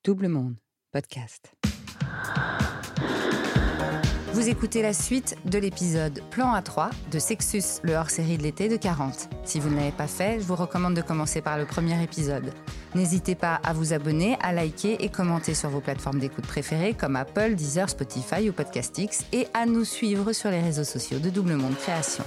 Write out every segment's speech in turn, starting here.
Double Monde, podcast. Vous écoutez la suite de l'épisode Plan A3 de Sexus, le hors-série de l'été de 40. Si vous ne l'avez pas fait, je vous recommande de commencer par le premier épisode. N'hésitez pas à vous abonner, à liker et commenter sur vos plateformes d'écoute préférées comme Apple, Deezer, Spotify ou Podcastix et à nous suivre sur les réseaux sociaux de Double Monde Création.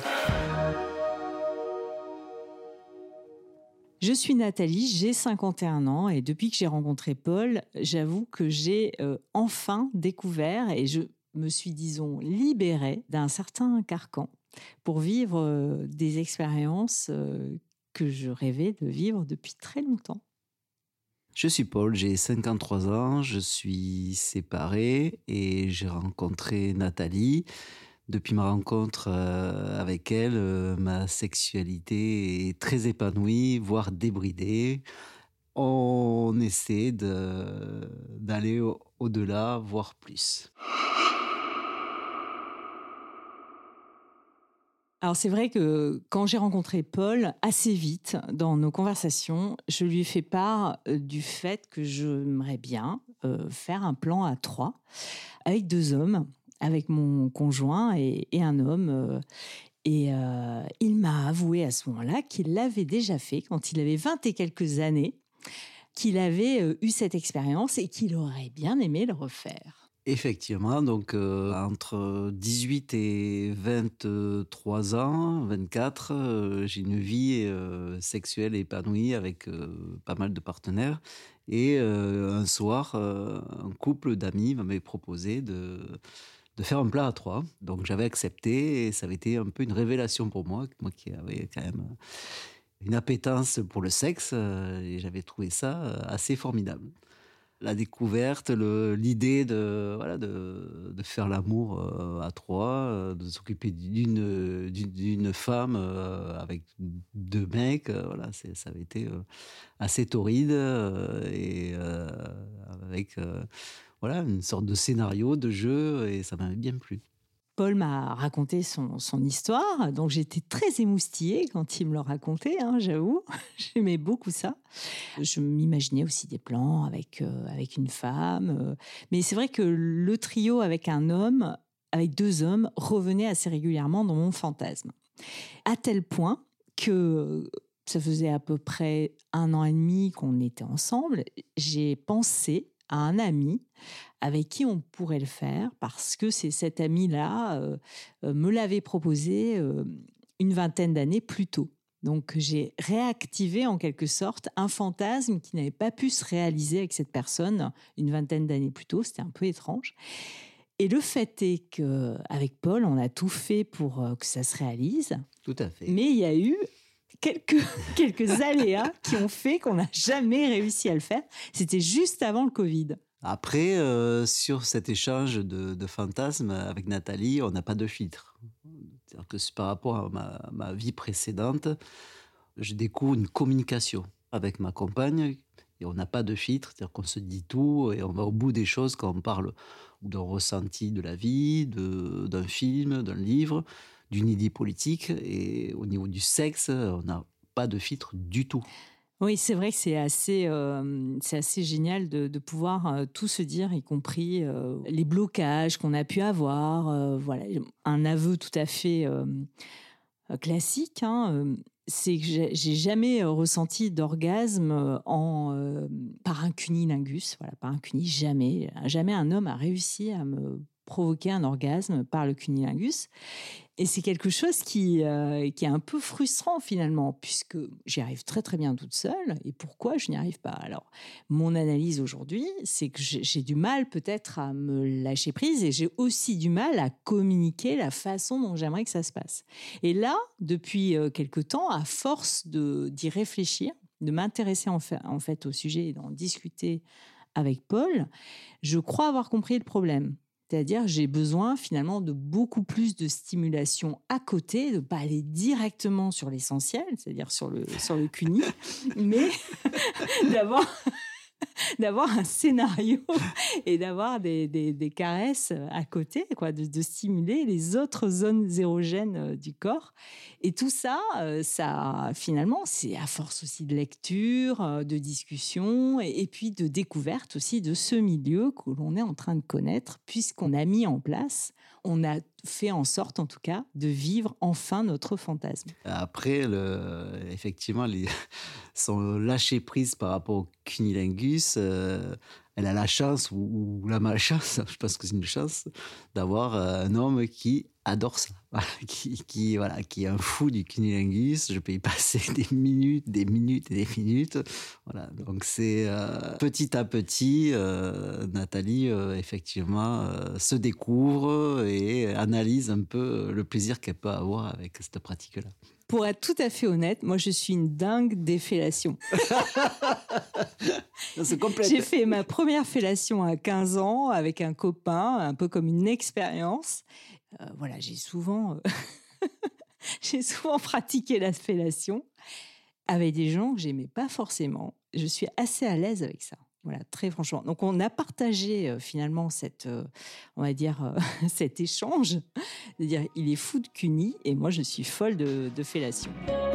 Je suis Nathalie, j'ai 51 ans et depuis que j'ai rencontré Paul, j'avoue que j'ai enfin découvert et je me suis, disons, libérée d'un certain carcan pour vivre des expériences que je rêvais de vivre depuis très longtemps. Je suis Paul, j'ai 53 ans, je suis séparé et j'ai rencontré Nathalie. Depuis ma rencontre avec elle, ma sexualité est très épanouie, voire débridée. On essaie d'aller au-delà, voire plus. Alors c'est vrai que quand j'ai rencontré Paul, assez vite dans nos conversations, je lui ai fait part du fait que j'aimerais bien faire un plan à 3 avec 2 hommes, avec mon conjoint et un homme. Il m'a avoué à ce moment-là qu'il l'avait déjà fait quand il avait 20 et quelques années, qu'il avait eu cette expérience et qu'il aurait bien aimé le refaire. Effectivement, donc entre 18 et 23 ans, 24, j'ai une vie sexuelle épanouie avec pas mal de partenaires. Et un soir, un couple d'amis m'avait proposé de faire un plat à 3. Donc j'avais accepté et ça avait été un peu une révélation pour moi qui avais quand même une appétence pour le sexe, et j'avais trouvé ça assez formidable. La découverte, l'idée de faire l'amour à 3, de s'occuper d'une femme avec 2 mecs, ça avait été assez torride et avec une sorte de scénario, de jeu, et ça m'avait bien plu. Paul m'a raconté son histoire, donc j'étais très émoustillée quand il me le racontait, j'avoue. J'aimais beaucoup ça. Je m'imaginais aussi des plans avec une femme. Mais c'est vrai que le trio avec un homme, avec 2 hommes, revenait assez régulièrement dans mon fantasme. À tel point que ça faisait à peu près 1 an et demi qu'on était ensemble. J'ai pensé à un ami avec qui on pourrait le faire, parce que c'est cet ami-là me l'avait proposé une vingtaine d'années plus tôt. Donc j'ai réactivé en quelque sorte un fantasme qui n'avait pas pu se réaliser avec cette personne une vingtaine d'années plus tôt. C'était un peu étrange. Et le fait est qu'avec Paul, on a tout fait pour que ça se réalise. Tout à fait. Mais il y a eu quelques aléas qui ont fait qu'on n'a jamais réussi à le faire. C'était juste avant le Covid. Après, sur cet échange de fantasmes avec Nathalie, on n'a pas de filtre. C'est-à-dire que par rapport à ma vie précédente, je découvre une communication avec ma compagne et on n'a pas de filtre. C'est-à-dire qu'on se dit tout et on va au bout des choses quand on parle d'un ressenti de la vie, d'un film, d'un livre, d'une idée politique. Et au niveau du sexe, on n'a pas de filtre du tout. Oui, c'est vrai que c'est assez génial de pouvoir tout se dire, y compris les blocages qu'on a pu avoir. Voilà, un aveu tout à fait classique, c'est que j'ai jamais ressenti d'orgasme par un cunnilingus. Voilà, par un cunni, jamais. Jamais un homme a réussi à me provoquer un orgasme par le cunnilingus. Et c'est quelque chose qui est un peu frustrant finalement, puisque j'y arrive très très bien toute seule. Et pourquoi je n'y arrive pas ? Alors, mon analyse aujourd'hui, c'est que j'ai du mal peut-être à me lâcher prise et j'ai aussi du mal à communiquer la façon dont j'aimerais que ça se passe. Et là, depuis quelque temps, à force d'y réfléchir, de m'intéresser en fait au sujet et d'en discuter avec Paul, je crois avoir compris le problème. C'est-à-dire, j'ai besoin finalement de beaucoup plus de stimulation à côté, de ne pas aller directement sur l'essentiel, c'est-à-dire sur le cuni, mais d'avoir un scénario et d'avoir des caresses à côté, quoi, de stimuler les autres zones érogènes du corps. Et tout ça, ça, finalement, c'est à force aussi de lecture, de discussion et puis de découverte aussi de ce milieu que l'on est en train de connaître, puisqu'on a mis en place, on a fait en sorte, en tout cas, de vivre enfin notre fantasme. Après, effectivement, son lâcher prise par rapport au cunnilingus, elle a la chance ou la malchance, je pense que c'est une chance, d'avoir un homme qui adore ça, voilà, qui est un fou du cunnilingus. Je peux y passer des minutes et des minutes. Voilà, donc c'est petit à petit, Nathalie, effectivement, se découvre et analyse un peu le plaisir qu'elle peut avoir avec cette pratique-là. Pour être tout à fait honnête, moi, je suis une dingue des fellations. C'est complète. J'ai fait ma première fellation à 15 ans avec un copain, un peu comme une expérience. Voilà, j'ai souvent pratiqué la fellation avec des gens que j'aimais pas forcément. Je suis assez à l'aise avec ça. Voilà, très franchement. Donc, on a partagé finalement on va dire, cet échange. C'est-à-dire, il est fou de cuni et moi, je suis folle de fellation.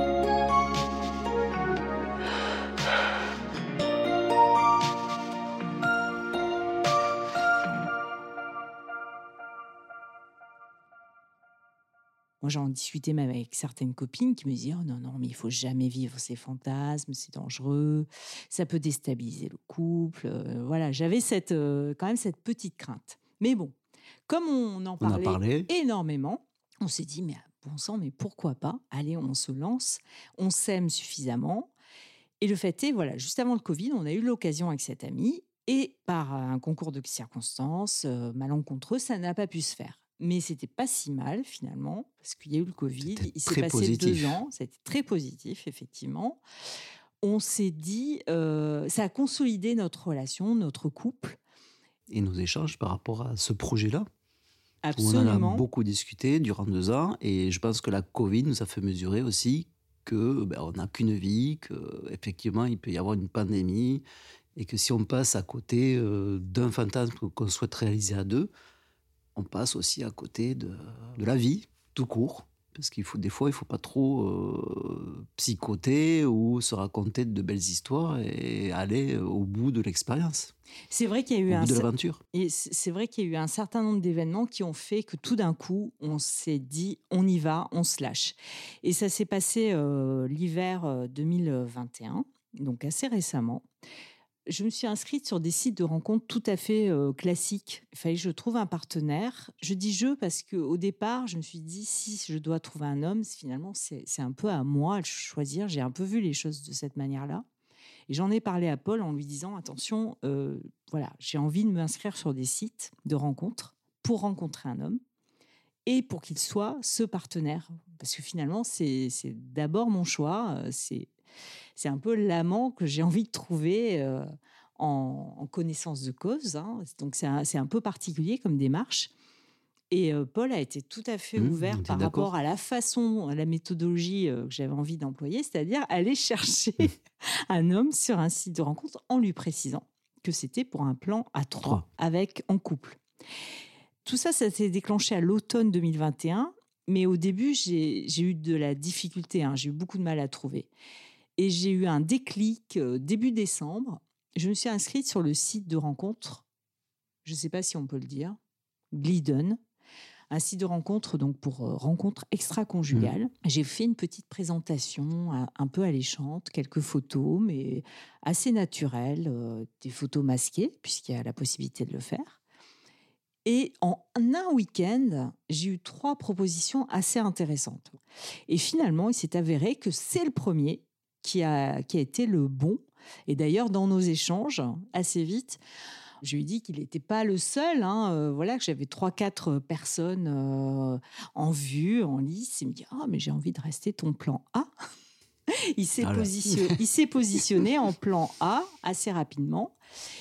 Moi, j'en discutais même avec certaines copines qui me disaient « Oh non, mais il faut jamais vivre ces fantasmes, c'est dangereux, ça peut déstabiliser le couple. » Voilà, j'avais quand même cette petite crainte. Mais bon, comme on en parlait énormément, on s'est dit « Mais bon sang, mais pourquoi pas ? Allez, on se lance, on s'aime suffisamment. » Et le fait est, voilà, juste avant le Covid, on a eu l'occasion avec cet ami et par un concours de circonstances malencontreux, ça n'a pas pu se faire. Mais c'était pas si mal finalement, parce qu'il y a eu le Covid, il s'est passé positif. 2 ans, ça a été très positif effectivement. On s'est dit, ça a consolidé notre relation, notre couple. Et nos échanges par rapport à ce projet-là. Absolument. On en a beaucoup discuté durant 2 ans et je pense que la Covid nous a fait mesurer aussi que on n'a qu'une vie, qu'effectivement il peut y avoir une pandémie et que si on passe à côté d'un fantasme qu'on souhaite réaliser à 2, on passe aussi à côté de la vie, tout court. Parce des fois, il ne faut pas trop psychoter ou se raconter de belles histoires et aller au bout de l'expérience. C'est vrai qu'il y a eu au bout de l'aventure. Et c'est vrai qu'il y a eu un certain nombre d'événements qui ont fait que tout d'un coup, on s'est dit, on y va, on se lâche. Et ça s'est passé l'hiver 2021, donc assez récemment. Je me suis inscrite sur des sites de rencontres tout à fait classiques. Il fallait que je trouve un partenaire. Je dis « je » parce qu'au départ, je me suis dit, si je dois trouver un homme, finalement, c'est un peu à moi de choisir. J'ai un peu vu les choses de cette manière-là. Et j'en ai parlé à Paul en lui disant « Attention, voilà, j'ai envie de m'inscrire sur des sites de rencontres pour rencontrer un homme et pour qu'il soit ce partenaire. » Parce que finalement, c'est d'abord mon choix. C'est un peu l'amant que j'ai envie de trouver en connaissance de cause. Hein. Donc, c'est un peu particulier comme démarche. Et Paul a été tout à fait ouvert par rapport à la façon, à la méthodologie que j'avais envie d'employer, c'est-à-dire aller chercher un homme sur un site de rencontre en lui précisant que c'était pour un plan à 3 en couple. Tout ça, ça s'est déclenché à l'automne 2021, mais au début, j'ai eu de la difficulté, hein, j'ai eu beaucoup de mal à trouver. Et j'ai eu un déclic début décembre. Je me suis inscrite sur le site de rencontre, je ne sais pas si on peut le dire, Glidden, un site de rencontre donc pour rencontres extra-conjugales. J'ai fait une petite présentation un peu alléchante, quelques photos, mais assez naturelles, des photos masquées, puisqu'il y a la possibilité de le faire. Et en un week-end, j'ai eu 3 propositions assez intéressantes. Et finalement, il s'est avéré que c'est le premier qui a été le bon. Et d'ailleurs, dans nos échanges, assez vite, je lui ai dit qu'il n'était pas le seul. Voilà, que j'avais 3-4 personnes en vue, en lice. Il me dit « Ah, mais j'ai envie de rester ton plan A ». Il s'est positionné en plan A assez rapidement.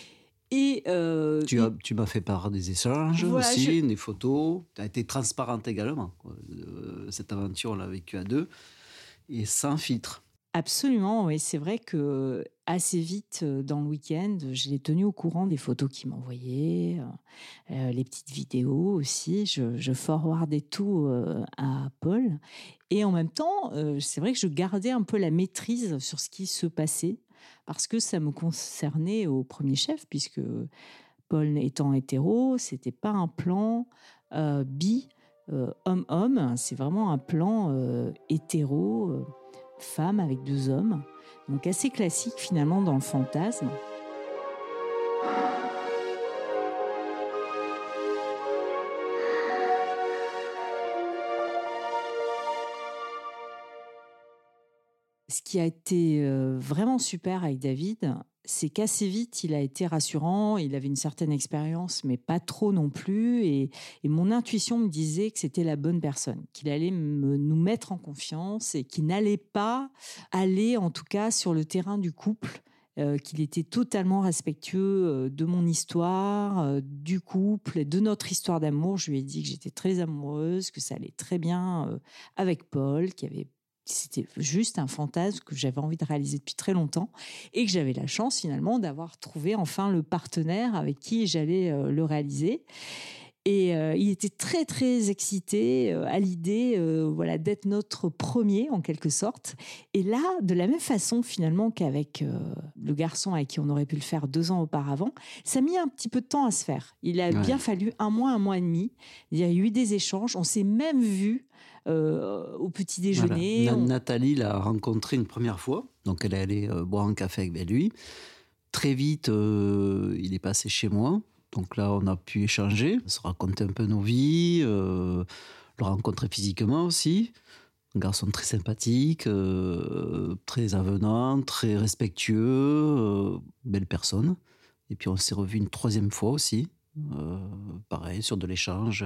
Et tu m'as fait part des échanges aussi, des photos. Tu as été transparente également. Cette aventure, on l'a vécue à 2 et sans filtre. Absolument, oui. C'est vrai que assez vite dans le week-end, je l'ai tenu au courant des photos qu'il m'envoyait, les petites vidéos aussi. Je forwardais tout à Paul. Et en même temps, c'est vrai que je gardais un peu la maîtrise sur ce qui se passait parce que ça me concernait au premier chef, puisque Paul étant hétéro, c'était pas un plan bi, homme-homme. C'est vraiment un plan hétéro. Femme avec 2 hommes, donc assez classique finalement dans le fantasme. Ce qui a été vraiment super avec David, c'est qu'assez vite, il a été rassurant. Il avait une certaine expérience, mais pas trop non plus. Et mon intuition me disait que c'était la bonne personne, qu'il allait nous mettre en confiance et qu'il n'allait pas aller, en tout cas, sur le terrain du couple. Qu'il était totalement respectueux de mon histoire, du couple et de notre histoire d'amour. Je lui ai dit que j'étais très amoureuse, que ça allait très bien avec Paul, c'était juste un fantasme que j'avais envie de réaliser depuis très longtemps et que j'avais la chance finalement d'avoir trouvé enfin le partenaire avec qui j'allais le réaliser. Et il était très très excité à l'idée voilà, d'être notre premier en quelque sorte. Et là, de la même façon finalement qu'avec le garçon avec qui on aurait pu le faire 2 ans auparavant, ça a mis un petit peu de temps à se faire. Il a bien fallu un mois et demi. Il y a eu des échanges. On s'est même vu au petit déjeuner. Voilà. Nathalie l'a rencontré une première fois. Donc elle est allée boire un café avec lui. Très vite, il est passé chez moi. Donc là, on a pu échanger, se raconter un peu nos vies, le rencontrer physiquement aussi. Un garçon très sympathique, très avenant, très respectueux, belle personne. Et puis on s'est revus une 3e fois aussi, pareil, sur de l'échange,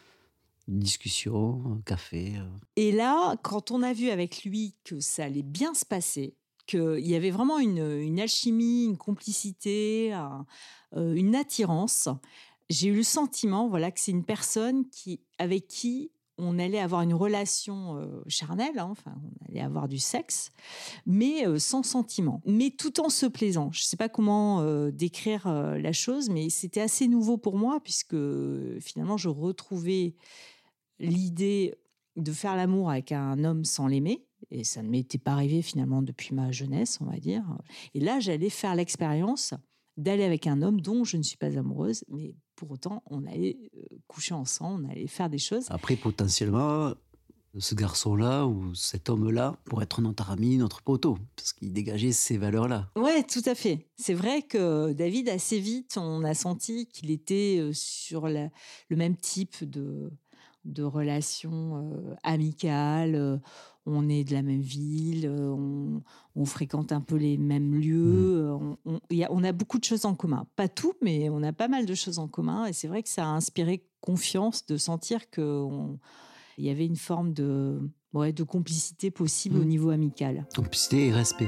discussion, café. Et là, quand on a vu avec lui que ça allait bien se passer, qu'il y avait vraiment une alchimie, une complicité, une attirance, j'ai eu le sentiment voilà, que c'est une personne avec qui on allait avoir une relation charnelle, hein, enfin, on allait avoir du sexe, mais sans sentiment, mais tout en se plaisant. Je ne sais pas comment décrire la chose, mais c'était assez nouveau pour moi, puisque finalement, je retrouvais l'idée de faire l'amour avec un homme sans l'aimer. Et ça ne m'était pas arrivé finalement depuis ma jeunesse, on va dire. Et là, j'allais faire l'expérience d'aller avec un homme dont je ne suis pas amoureuse, mais pour autant, on allait coucher ensemble, on allait faire des choses. Après, potentiellement, ce garçon-là ou cet homme-là pourrait être notre ami, notre poteau, parce qu'il dégageait ces valeurs-là. Ouais, tout à fait. C'est vrai que David, assez vite, on a senti qu'il était sur le même type de relation amicale. On est de la même ville, on fréquente un peu les mêmes lieux. On a beaucoup de choses en commun. Pas tout, mais on a pas mal de choses en commun. Et c'est vrai que ça a inspiré confiance de sentir qu'il y avait une forme de complicité possible au niveau amical. Complicité et respect.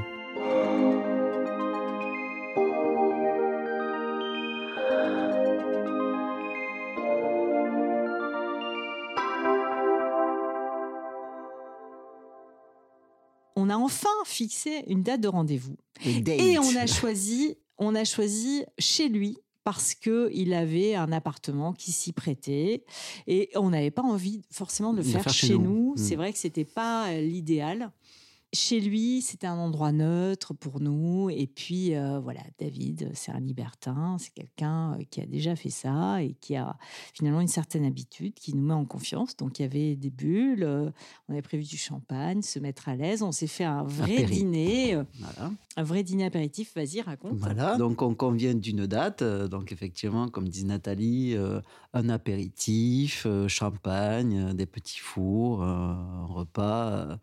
On a enfin fixé une date de rendez-vous. Et on a choisi chez lui parce qu'il avait un appartement qui s'y prêtait. Et on n'avait pas envie forcément de le faire chez nous. C'est vrai que ce n'était pas l'idéal. Chez lui, c'était un endroit neutre pour nous. Et puis, voilà, David, c'est un libertin. C'est quelqu'un qui a déjà fait ça et qui a finalement une certaine habitude, qui nous met en confiance. Donc, il y avait des bulles. On avait prévu du champagne, se mettre à l'aise. On s'est fait un vrai dîner. Voilà. Un vrai dîner apéritif. Vas-y, raconte. Voilà, donc on convient d'une date. Donc, effectivement, comme dit Nathalie, un apéritif, champagne, des petits fours, un repas...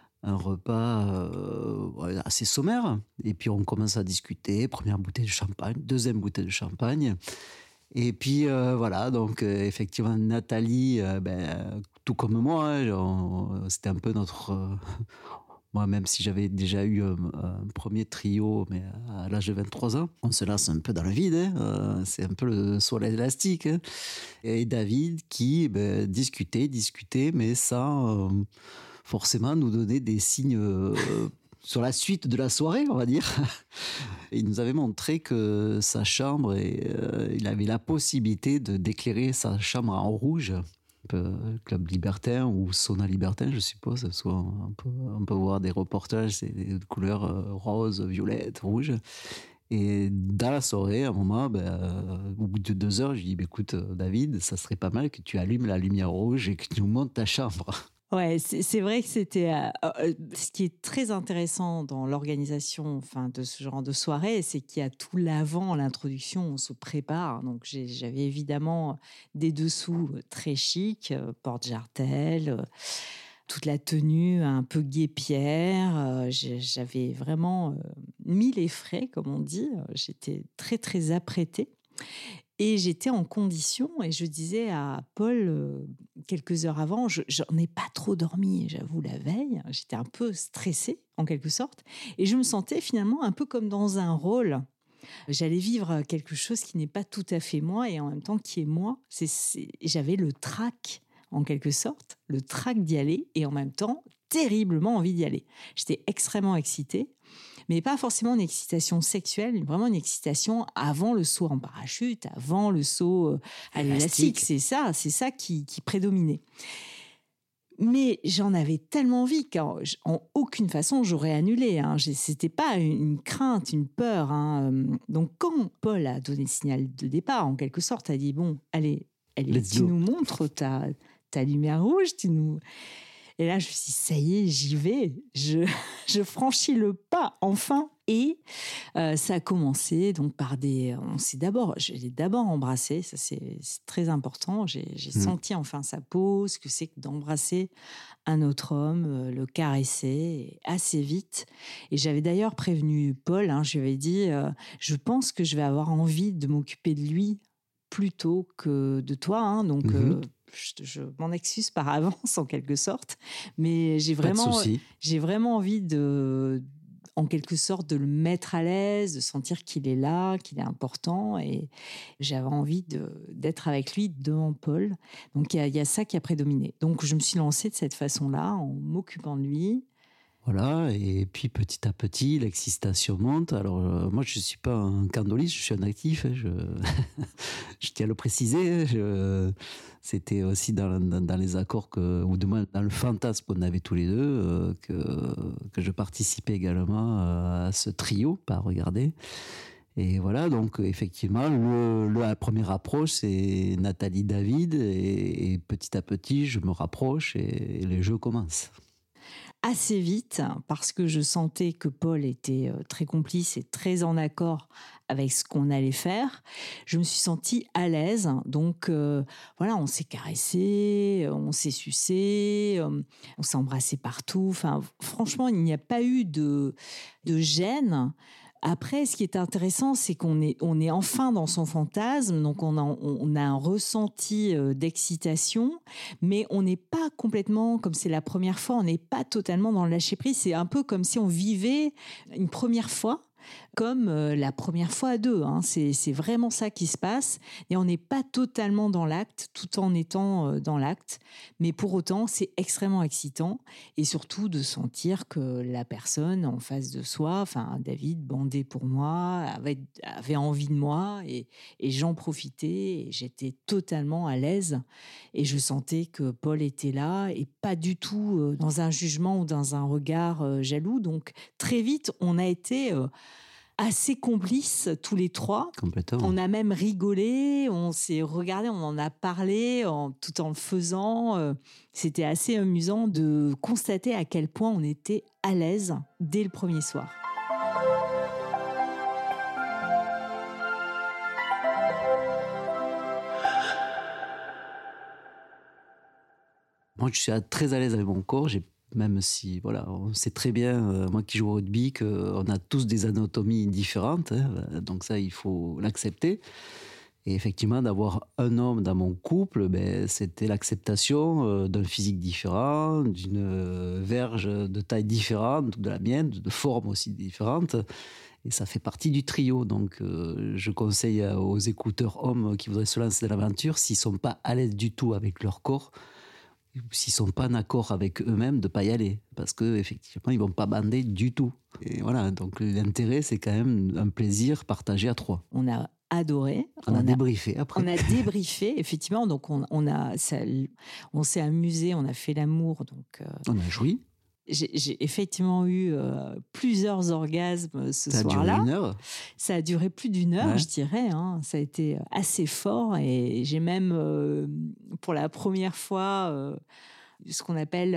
assez sommaire. Et puis, on commence à discuter. Première bouteille de champagne, 2e bouteille de champagne. Et puis, voilà. Donc, effectivement, Nathalie, tout comme moi, c'était un peu notre... moi, même si j'avais déjà eu un premier trio, mais à l'âge de 23 ans, on se lance un peu dans le vide. C'est un peu le saut à l'élastique. Et David qui discutait, mais sans... forcément nous donner des signes sur la suite de la soirée, on va dire. Il nous avait montré que sa chambre, il avait la possibilité d'éclairer sa chambre en rouge. Club libertin ou sauna libertin, je suppose. Soit on peut voir des reportages, c'est des couleurs rose, violette, rouge. Et dans la soirée, à un moment, au bout de 2 heures, je lui dis écoute, David, ça serait pas mal que tu allumes la lumière rouge et que tu nous montres ta chambre. Ouais, c'est vrai que c'était ce qui est très intéressant dans l'organisation, de ce genre de soirée, c'est qu'il y a tout l'avant, l'introduction, on se prépare. Donc j'avais évidemment des dessous très chics, porte-jartel, toute la tenue un peu guêpière. J'avais vraiment mis les frais, comme on dit. J'étais très très apprêtée. Et j'étais en condition, et je disais à Paul quelques heures avant, j'en ai pas trop dormi, j'avoue, la veille. J'étais un peu stressée, en quelque sorte. Et je me sentais finalement un peu comme dans un rôle. J'allais vivre quelque chose qui n'est pas tout à fait moi, et en même temps qui est moi. J'avais le trac, en quelque sorte, le trac d'y aller, et en même temps, terriblement envie d'y aller. J'étais extrêmement excitée. Mais pas forcément une excitation sexuelle, vraiment une excitation avant le saut en parachute, avant le saut à l'élastique. C'est ça qui prédominait. Mais j'en avais tellement envie qu'en aucune façon j'aurais annulé. C'était pas une crainte, une peur. Donc quand Paul a donné le signal de départ, en quelque sorte, a dit bon, allez, tu nous montres ta lumière rouge, tu nous... Et là, je me suis dit, ça y est, j'y vais. Je franchis le pas, enfin. Et ça a commencé donc par je l'ai d'abord embrassé, ça c'est très important. J'ai senti enfin sa peau, ce que c'est que d'embrasser un autre homme, le caresser assez vite. Et j'avais d'ailleurs prévenu Paul, je lui avais dit, je pense que je vais avoir envie de m'occuper de lui plutôt que de toi. Donc... je m'en excuse par avance en quelque sorte, mais j'ai vraiment envie en quelque sorte de le mettre à l'aise, de sentir qu'il est là, qu'il est important, et j'avais envie d'être avec lui devant Paul. Donc il y a ça qui a prédominé. Donc je me suis lancée de cette façon-là en m'occupant de lui. Voilà, et puis petit à petit, l'excitation monte. Alors, moi, je ne suis pas un candoliste, je suis un actif, je tiens à le préciser. C'était aussi dans les accords, ou du moins dans le fantasme qu'on avait tous les deux, que je participais également à ce trio, pas à regarder. Et voilà, donc effectivement, la première approche, c'est Nathalie David, et petit à petit, je me rapproche et les jeux commencent. Assez vite, parce que je sentais que Paul était très complice et très en accord avec ce qu'on allait faire. Je me suis sentie à l'aise. Donc, on s'est caressé, on s'est sucé, on s'est embrassé partout. Enfin, franchement, il n'y a pas eu de gêne. Après, ce qui est intéressant, c'est qu'on est enfin dans son fantasme, donc on a un ressenti d'excitation, mais on n'est pas complètement, comme c'est la première fois, on n'est pas totalement dans le lâcher-prise. C'est un peu comme si on vivait une première fois, comme la première fois à deux. C'est vraiment ça qui se passe. Et on n'est pas totalement dans l'acte, tout en étant dans l'acte. Mais pour autant, c'est extrêmement excitant. Et surtout de sentir que la personne en face de soi, David, bandait pour moi, avait envie de moi. Et j'en profitais. Et j'étais totalement à l'aise. Et je sentais que Paul était là. Et pas du tout dans un jugement ou dans un regard jaloux. Donc très vite, on a été... assez complices tous les trois. Complètement. On a même rigolé, on s'est regardé, on en a parlé tout en le faisant. C'était assez amusant de constater à quel point on était à l'aise dès le premier soir. Moi, je suis très à l'aise avec mon corps. Même si, on sait très bien, moi qui joue au rugby, qu'on a tous des anatomies différentes. Donc ça, il faut l'accepter. Et effectivement, d'avoir un homme dans mon couple, c'était l'acceptation d'un physique différent, d'une verge de taille différente, de la mienne, de forme aussi différente. Et ça fait partie du trio. Donc je conseille aux écouteurs hommes qui voudraient se lancer dans l'aventure, s'ils ne sont pas à l'aise du tout avec leur corps, s'ils sont pas en accord avec eux-mêmes, de pas y aller, parce que effectivement, ils vont pas bander du tout. Et voilà, donc l'intérêt, c'est quand même un plaisir partagé à 3. On a adoré. On a débriefé après. On a débriefé, effectivement. Donc, on s'est amusé, on a fait l'amour. Donc, on a joui. J'ai effectivement eu plusieurs orgasmes ce soir-là. Ça a duré 1 heure. Ça a duré plus d'1 heure, Ouais. je dirais. Hein. Ça a été assez fort. Et j'ai même, pour la première fois, ce qu'on appelle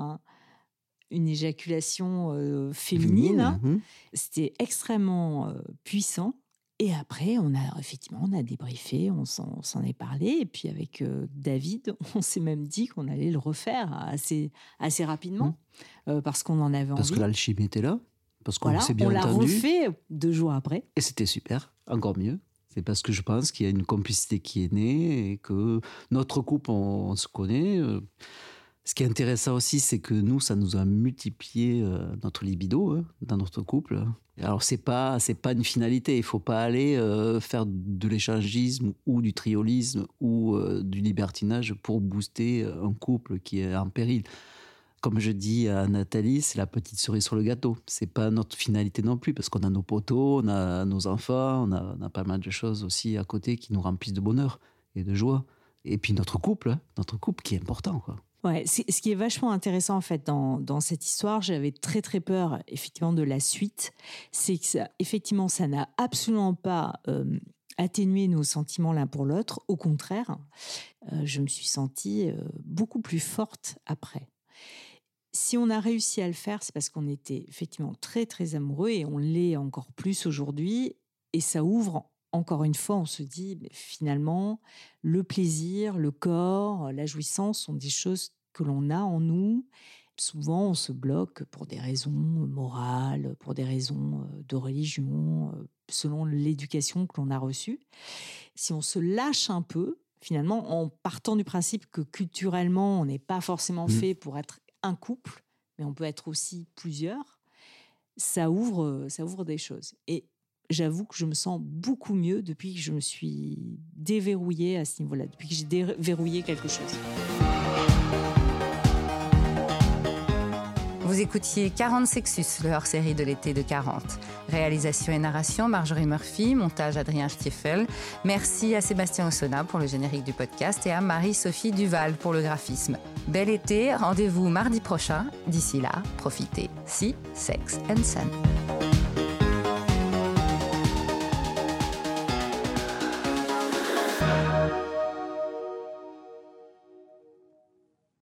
une éjaculation féminine. Hein. C'était extrêmement puissant. Et après, on a débriefé, on s'en est parlé. Et puis avec David, on s'est même dit qu'on allait le refaire assez rapidement, parce qu'on en avait envie. Parce que l'alchimie était là, parce qu'on s'est bien entendu. On l'a entendu. refait 2 jours après. Et c'était super, encore mieux. C'est parce que je pense qu'il y a une complicité qui est née et que notre couple, on se connaît. Ce qui est intéressant aussi, c'est que nous, ça nous a multiplié notre libido dans notre couple. Alors, c'est pas une finalité. Il ne faut pas aller faire de l'échangisme ou du triolisme ou du libertinage pour booster un couple qui est en péril. Comme je dis à Nathalie, c'est la petite cerise sur le gâteau. Ce n'est pas notre finalité non plus, parce qu'on a nos potos, on a nos enfants, on a pas mal de choses aussi à côté qui nous remplissent de bonheur et de joie. Et puis notre couple qui est important, quoi. Ouais, ce qui est vachement intéressant en fait dans cette histoire, j'avais très très peur effectivement de la suite, c'est que ça n'a absolument pas atténué nos sentiments l'un pour l'autre, au contraire, je me suis sentie beaucoup plus forte après. Si on a réussi à le faire, c'est parce qu'on était effectivement très très amoureux et on l'est encore plus aujourd'hui, et ça ouvre. Encore une fois, on se dit, mais finalement, le plaisir, le corps, la jouissance sont des choses que l'on a en nous. Souvent, on se bloque pour des raisons morales, pour des raisons de religion, selon l'éducation que l'on a reçue. Si on se lâche un peu, finalement, en partant du principe que culturellement, on n'est pas forcément fait pour être un couple, mais on peut être aussi plusieurs, ça ouvre des choses. Et j'avoue que je me sens beaucoup mieux depuis que je me suis déverrouillée à ce niveau-là, depuis que j'ai déverrouillé quelque chose. Vous écoutiez 40 Sexus, le hors-série de l'été de 40. Réalisation et narration, Marjorie Murphy. Montage, Adrien Stiefel. Merci à Sébastien Ossona pour le générique du podcast et à Marie-Sophie Duval pour le graphisme. Bel été, rendez-vous mardi prochain. D'ici là, profitez. See, Sex and Sun.